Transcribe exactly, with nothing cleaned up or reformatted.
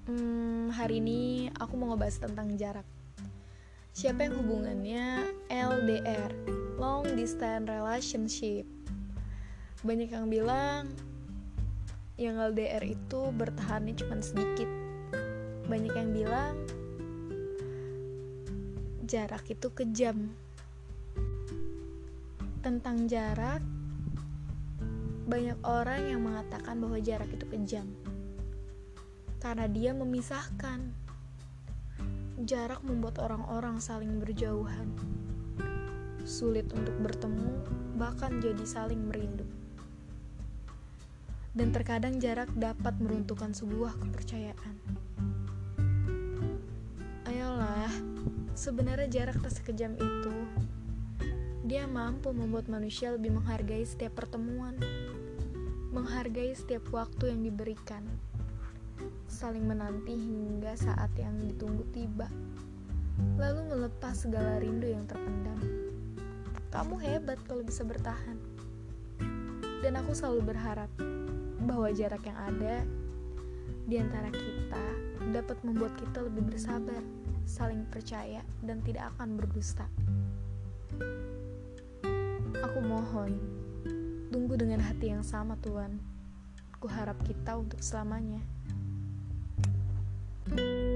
Hmm, hari ini aku mau ngebahas tentang jarak. Siapa yang hubungannya L D R, Long Distance Relationship. Banyak yang bilang yang L D R itu bertahannya cuma sedikit. Banyak yang bilang jarak itu kejam. Tentang jarak, banyak orang yang mengatakan bahwa jarak itu kejam karena dia memisahkan. Jarak membuat orang-orang saling berjauhan, sulit untuk bertemu, bahkan jadi saling merindu. Dan terkadang jarak dapat meruntuhkan sebuah kepercayaan. Ayolah, sebenarnya jarak tak sekejam itu. Dia mampu membuat manusia lebih menghargai setiap pertemuan, menghargai setiap waktu yang diberikan, saling menanti hingga saat yang ditunggu tiba, lalu melepas segala rindu yang terpendam. Kamu hebat kalau bisa bertahan. Dan aku selalu berharap bahwa jarak yang ada di antara kita dapat membuat kita lebih bersabar, saling percaya, dan tidak akan berdusta. Aku mohon, tunggu dengan hati yang sama, Tuhan. Ku harap kita untuk selamanya.